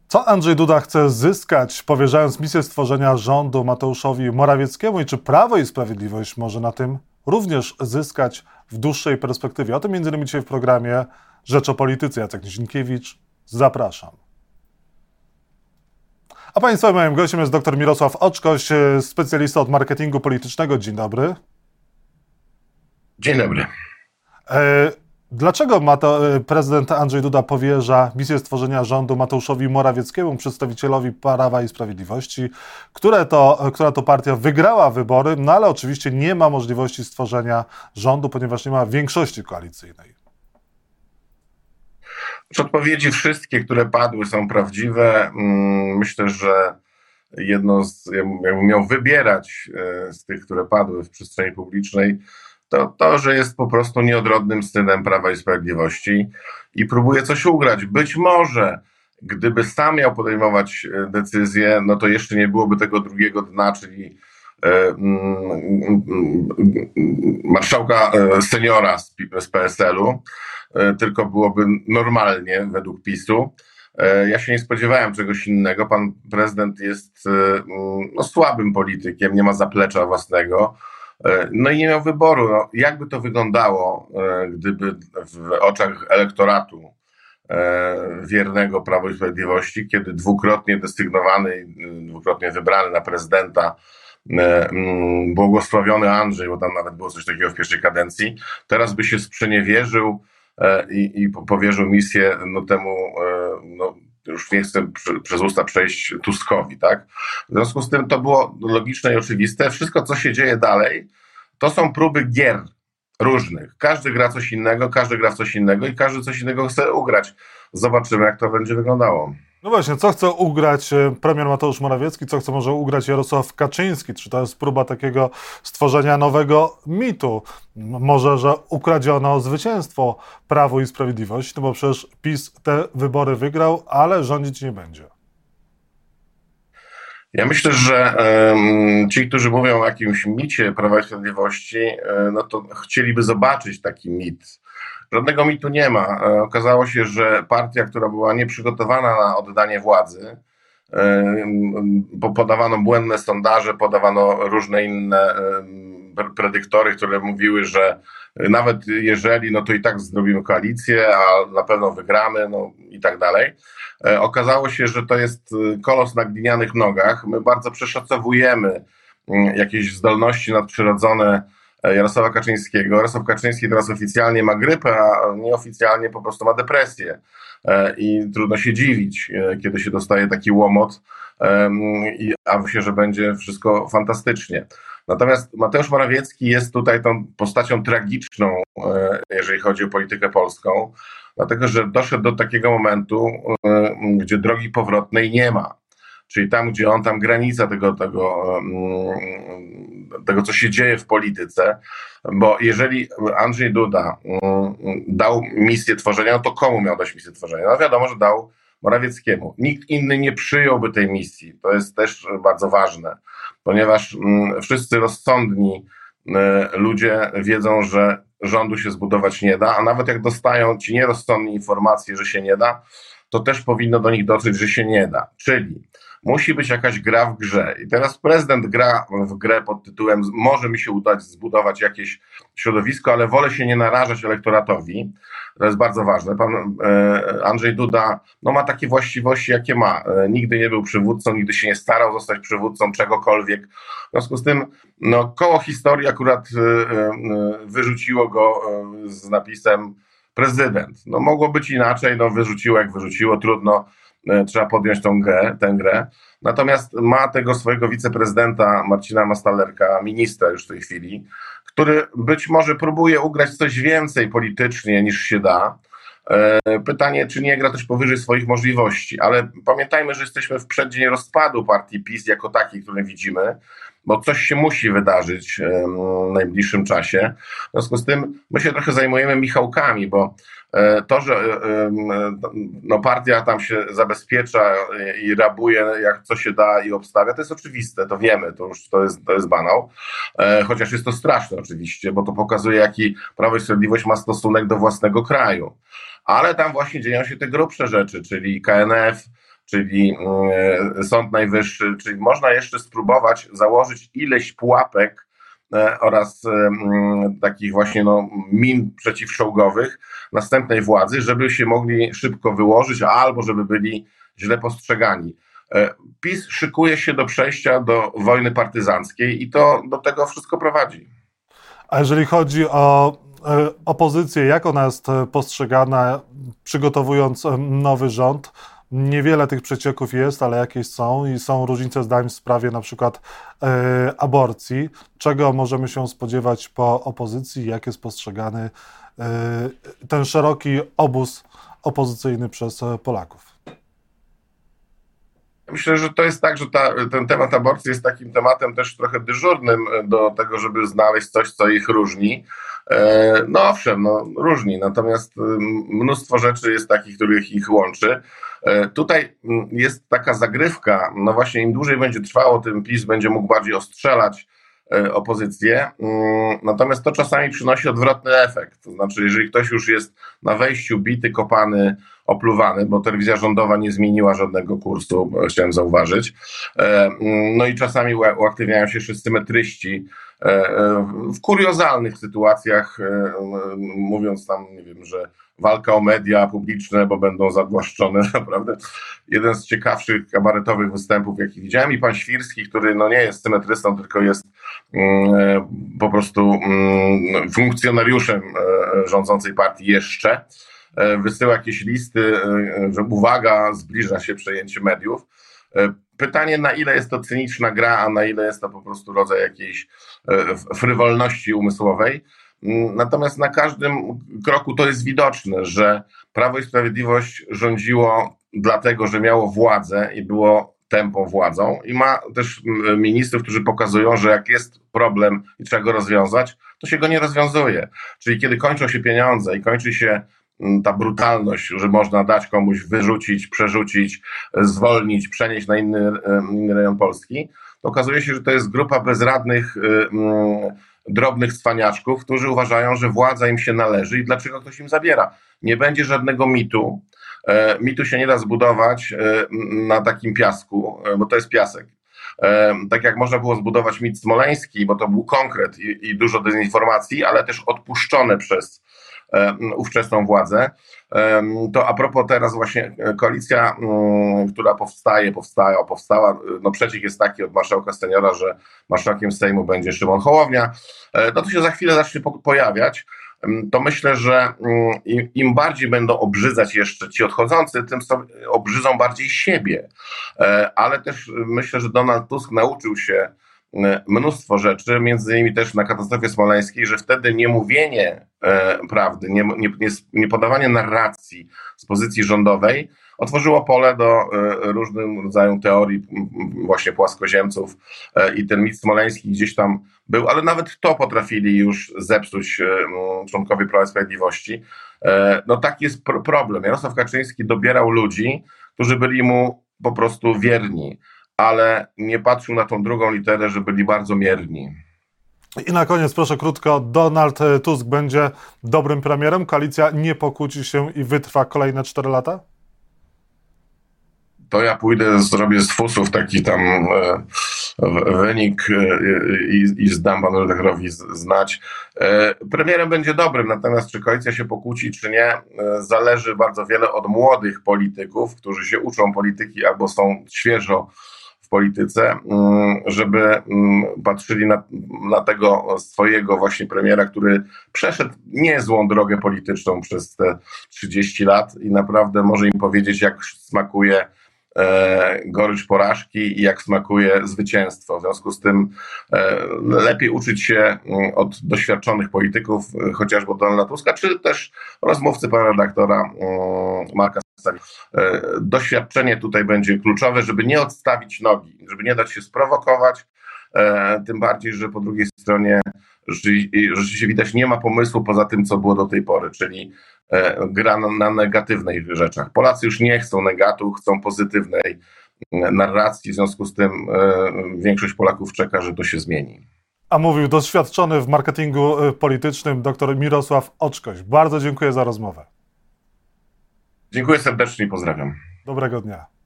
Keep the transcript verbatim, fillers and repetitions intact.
Co Andrzej Duda chce zyskać, powierzając misję stworzenia rządu Mateuszowi Morawieckiemu i czy Prawo i Sprawiedliwość może na tym również zyskać w dłuższej perspektywie? O tym między innymi dzisiaj w programie Rzecz o Polityce. Jacek Nizinkiewicz, zapraszam. A Państwa moim gościem jest dr Mirosław Oczkoś, specjalista od marketingu politycznego. Dzień dobry. Dzień dobry. E Dlaczego Mate- prezydent Andrzej Duda powierza misję stworzenia rządu Mateuszowi Morawieckiemu, przedstawicielowi Prawa i Sprawiedliwości, które to, która to partia wygrała wybory, no ale oczywiście nie ma możliwości stworzenia rządu, ponieważ nie ma większości koalicyjnej? Odpowiedzi wszystkie, które padły, są prawdziwe. Myślę, że jedno z, jakbym miał wybierać z tych, które padły w przestrzeni publicznej, to to, że jest po prostu nieodrodnym synem Prawa i Sprawiedliwości i próbuje coś ugrać. Być może, gdyby sam miał podejmować decyzję, no to jeszcze nie byłoby tego drugiego dna, czyli e, mm, marszałka seniora z, z P S L-u, e, tylko byłoby normalnie według PiSu. E, ja się nie spodziewałem czegoś innego. Pan prezydent jest e, no, słabym politykiem, nie ma zaplecza własnego. No i nie miał wyboru. No, jakby to wyglądało, gdyby w oczach elektoratu wiernego Prawu i Sprawiedliwości, kiedy dwukrotnie desygnowany, dwukrotnie wybrany na prezydenta błogosławiony Andrzej, bo tam nawet było coś takiego w pierwszej kadencji, teraz by się sprzeniewierzył i, i powierzył misję no, temu, no, już nie chcę przez usta przejść, Tuskowi, tak? W związku z tym to było logiczne i oczywiste. Wszystko, co się dzieje dalej, to są próby gier różnych. Każdy gra coś innego, każdy gra w coś innego i każdy coś innego chce ugrać. Zobaczymy, jak to będzie wyglądało. No właśnie, co chce ugrać premier Mateusz Morawiecki, co chce może ugrać Jarosław Kaczyński? Czy to jest próba takiego stworzenia nowego mitu? Może, że ukradziono zwycięstwo Prawu i Sprawiedliwość, no bo przecież PiS te wybory wygrał, ale rządzić nie będzie. Ja myślę, że um, ci, którzy mówią o jakimś micie Prawa i Sprawiedliwości, um, no to chcieliby zobaczyć taki mit. Żadnego mitu nie ma. E, okazało się, że partia, która była nieprzygotowana na oddanie władzy, e, bo podawano błędne sondaże, podawano różne inne e, predyktory, które mówiły, że nawet jeżeli, no to i tak zrobimy koalicję, a na pewno wygramy, no i tak dalej. E, okazało się, że to jest kolos na glinianych nogach. My bardzo przeszacowujemy jakieś zdolności nadprzyrodzone Jarosława Kaczyńskiego. Jarosław Kaczyński teraz oficjalnie ma grypę, a nieoficjalnie po prostu ma depresję. I trudno się dziwić, kiedy się dostaje taki łomot, a mówi się, że będzie wszystko fantastycznie. Natomiast Mateusz Morawiecki jest tutaj tą postacią tragiczną, jeżeli chodzi o politykę polską, dlatego że doszedł do takiego momentu, gdzie drogi powrotnej nie ma. Czyli tam, gdzie on, tam granica tego, tego, tego, co się dzieje w polityce, bo jeżeli Andrzej Duda dał misję tworzenia, no to komu miał dać misję tworzenia? No wiadomo, że dał Morawieckiemu. Nikt inny nie przyjąłby tej misji. To jest też bardzo ważne, ponieważ wszyscy rozsądni ludzie wiedzą, że rządu się zbudować nie da, a nawet jak dostają ci nierozsądni informacje, że się nie da, to też powinno do nich dotrzeć, że się nie da. Czyli musi być jakaś gra w grze. I teraz prezydent gra w grę pod tytułem może mi się udać zbudować jakieś środowisko, ale wolę się nie narażać elektoratowi. To jest bardzo ważne. Pan e, Andrzej Duda no, ma takie właściwości, jakie ma. E, nigdy nie był przywódcą, nigdy się nie starał zostać przywódcą czegokolwiek. W związku z tym no, koło historii akurat e, e, wyrzuciło go e, z napisem prezydent. No, mogło być inaczej, no, wyrzuciło jak wyrzuciło, trudno. Trzeba podjąć tą grę, tę grę. Natomiast ma tego swojego wiceprezydenta Marcina Mastalerka, ministra już w tej chwili, który być może próbuje ugrać coś więcej politycznie niż się da. Pytanie, czy nie gra też powyżej swoich możliwości, ale pamiętajmy, że jesteśmy w przeddzień rozpadu partii PiS jako takiej, który widzimy, bo coś się musi wydarzyć w najbliższym czasie. W związku z tym my się trochę zajmujemy Michałkami, bo to, że no, partia tam się zabezpiecza i rabuje jak co się da i obstawia, to jest oczywiste, to wiemy, to już to jest, to jest banał. Chociaż jest to straszne oczywiście, bo to pokazuje, jaki Prawo i Sprawiedliwość ma stosunek do własnego kraju. Ale tam właśnie dzieją się te grubsze rzeczy, czyli K N F, czyli Sąd Najwyższy, czyli można jeszcze spróbować założyć ileś pułapek oraz takich właśnie no, min przeciwczołgowych następnej władzy, żeby się mogli szybko wyłożyć albo żeby byli źle postrzegani. PiS szykuje się do przejścia do wojny partyzanckiej i to do tego wszystko prowadzi. A jeżeli chodzi o opozycję, jak ona jest postrzegana, przygotowując nowy rząd? Niewiele tych przecieków jest, ale jakieś są i są różnice zdań w sprawie na przykład e, aborcji. Czego możemy się spodziewać po opozycji? Jak jest postrzegany e, ten szeroki obóz opozycyjny przez Polaków? Myślę, że to jest tak, że ta, ten temat aborcji jest takim tematem też trochę dyżurnym do tego, żeby znaleźć coś, co ich różni. No owszem, no, różni, natomiast mnóstwo rzeczy jest takich, których ich łączy. Tutaj jest taka zagrywka, no właśnie im dłużej będzie trwało, tym PiS będzie mógł bardziej ostrzelać opozycję, natomiast to czasami przynosi odwrotny efekt, to znaczy jeżeli ktoś już jest na wejściu bity, kopany, opluwany, bo telewizja rządowa nie zmieniła żadnego kursu, chciałem zauważyć, no i czasami uaktywniają się jeszcze symetryści w kuriozalnych sytuacjach, mówiąc tam, nie wiem, że walka o media publiczne, bo będą zawłaszczone, naprawdę. Jeden z ciekawszych kabaretowych występów, jaki widziałem, i pan Świrski, który no nie jest symetrystą, tylko jest mm, po prostu mm, funkcjonariuszem rządzącej partii jeszcze, wysyła jakieś listy, że uwaga, zbliża się przejęcie mediów. Pytanie, na ile jest to cyniczna gra, a na ile jest to po prostu rodzaj jakiejś frywolności umysłowej. Natomiast na każdym kroku to jest widoczne, że Prawo i Sprawiedliwość rządziło dlatego, że miało władzę i było tępą władzą i ma też ministrów, którzy pokazują, że jak jest problem i trzeba go rozwiązać, to się go nie rozwiązuje. Czyli kiedy kończą się pieniądze i kończy się ta brutalność, że można dać komuś wyrzucić, przerzucić, zwolnić, przenieść na inny, inny rejon Polski, to okazuje się, że to jest grupa bezradnych drobnych cwaniaczków, którzy uważają, że władza im się należy i dlaczego ktoś im zabiera. Nie będzie żadnego mitu. Mitu się nie da zbudować na takim piasku, bo to jest piasek. Tak jak można było zbudować mit smoleński, bo to był konkret i, i dużo dezinformacji, ale też odpuszczone przez ówczesną władzę. To a propos teraz właśnie koalicja, która powstaje, powstała, powstała, no przeciek jest taki od marszałka seniora, że marszałkiem Sejmu będzie Szymon Hołownia, no to się za chwilę zacznie pojawiać. To myślę, że im, im bardziej będą obrzydzać jeszcze ci odchodzący, tym sobie obrzydzą bardziej siebie. Ale też myślę, że Donald Tusk nauczył się mnóstwo rzeczy, między innymi też na katastrofie smoleńskiej, że wtedy nie mówienie e, prawdy, nie, nie, nie, nie podawanie narracji z pozycji rządowej otworzyło pole do e, różnym rodzajom teorii właśnie płaskoziemców e, i ten mit smoleński gdzieś tam był, ale nawet to potrafili już zepsuć e, członkowie Prawa i Sprawiedliwości. E, no taki jest pro- problem. Jarosław Kaczyński dobierał ludzi, którzy byli mu po prostu wierni, ale nie patrzył na tą drugą literę, że byli bardzo mierni. I na koniec proszę krótko, Donald Tusk będzie dobrym premierem? Koalicja nie pokłóci się i wytrwa kolejne cztery lata? To ja pójdę, zrobię z fusów taki tam e, wynik e, i, i zdam panu redakorowi znać. E, premierem będzie dobrym, natomiast czy koalicja się pokłóci, czy nie, e, zależy bardzo wiele od młodych polityków, którzy się uczą polityki albo są świeżo w polityce, żeby patrzyli na, na tego swojego właśnie premiera, który przeszedł niezłą drogę polityczną przez te trzydzieści lat i naprawdę może im powiedzieć, jak smakuje e, gorycz porażki i jak smakuje zwycięstwo. W związku z tym e, lepiej uczyć się od doświadczonych polityków, chociażby od Donalda Tuska, czy też rozmówcy pana redaktora e, Marka. Doświadczenie tutaj będzie kluczowe, żeby nie odstawić nogi, żeby nie dać się sprowokować, e, tym bardziej, że po drugiej stronie rzeczywiście widać nie ma pomysłu poza tym, co było do tej pory, czyli e, gra na, na negatywnych rzeczach. Polacy już nie chcą negatu, chcą pozytywnej narracji, w związku z tym e, większość Polaków czeka, że to się zmieni. A mówił doświadczony w marketingu politycznym dr Mirosław Oczkoś. Bardzo dziękuję za rozmowę. Dziękuję serdecznie i pozdrawiam. Dobrego dnia.